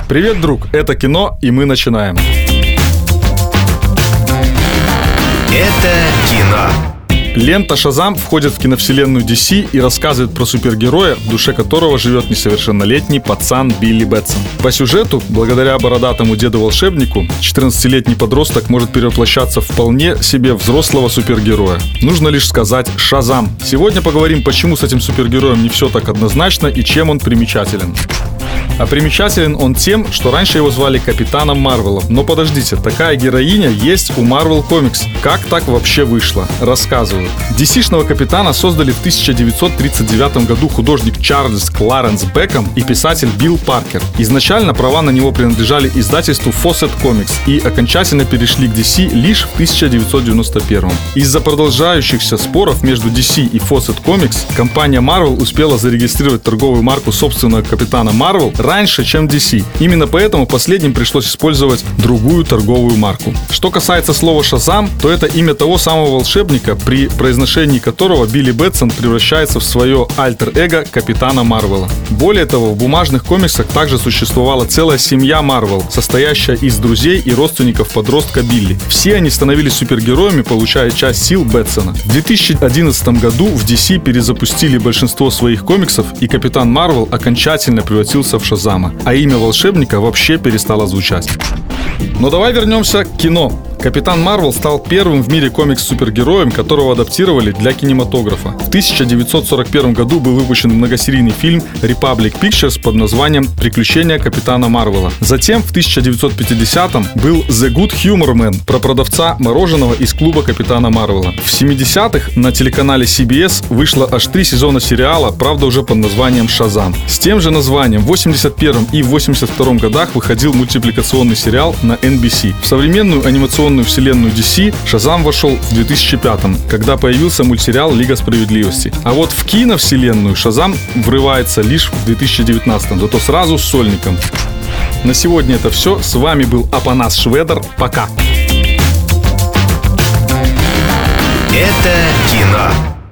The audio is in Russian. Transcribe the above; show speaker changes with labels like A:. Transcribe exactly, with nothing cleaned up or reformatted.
A: Привет, друг, это кино, и мы начинаем.
B: Это кино.
A: Лента «Шазам» входит в киновселенную ди си и рассказывает про супергероя, в душе которого живет несовершеннолетний пацан Билли Бэтсон. По сюжету, благодаря бородатому деду-волшебнику, четырнадцатилетний подросток может перевоплощаться в вполне себе взрослого супергероя. Нужно лишь сказать «Шазам». Сегодня поговорим, почему с этим супергероем не все так однозначно и чем он примечателен. А примечателен он тем, что раньше его звали Капитаном Марвелом. Но подождите, такая героиня есть у Marvel Comics. Как так вообще вышло? Рассказываю. ди си-шного Капитана создали в тысяча девятьсот тридцать девятом году художник Чарльз Кларенс Бекхэм и писатель Билл Паркер. Изначально права на него принадлежали издательству Fawcett Comics и окончательно перешли к ди си лишь в тысяча девятьсот девяносто первом. Из-за продолжающихся споров между ди си и Fawcett Comics компания Marvel успела зарегистрировать торговую марку собственного Капитана Марвел раньше, чем ди си. Именно поэтому последним пришлось использовать другую торговую марку. Что касается слова «Шазам», то это имя того самого волшебника, при произношении которого Билли Бэтсон превращается в свое альтер-эго Капитана Марвела. Более того, в бумажных комиксах также существовала целая семья Марвел, состоящая из друзей и родственников подростка Билли. Все они становились супергероями, получая часть сил Бэтсона. В две тысячи одиннадцатом году в ди си перезапустили большинство своих комиксов, и Капитан Марвел окончательно превратился в Шазама, а имя волшебника вообще перестало звучать. Но давай вернемся к кино. Капитан Марвел стал первым в мире комикс-супергероем, которого адаптировали для кинематографа. В тысяча девятьсот сорок первом году был выпущен многосерийный фильм Republic Pictures под названием «Приключения Капитана Марвела». Затем в тысяча девятьсот пятидесятом был The Good Humor Man про продавца мороженого из клуба Капитана Марвела. В семидесятых на телеканале си би эс вышло аж три сезона сериала, правда уже под названием «Шазам». С тем же названием в восемьдесят первом и восемьдесят втором годах выходил мультипликационный сериал на эн би си. В современную анимационную вселенную ди си Шазам вошел в две тысячи пятом, когда появился мультсериал «Лига справедливости». А вот в киновселенную Шазам врывается лишь в две тысячи девятнадцатом, зато сразу с сольником. На сегодня это все. С вами был Апанас Шведер. Пока.
B: Это кино.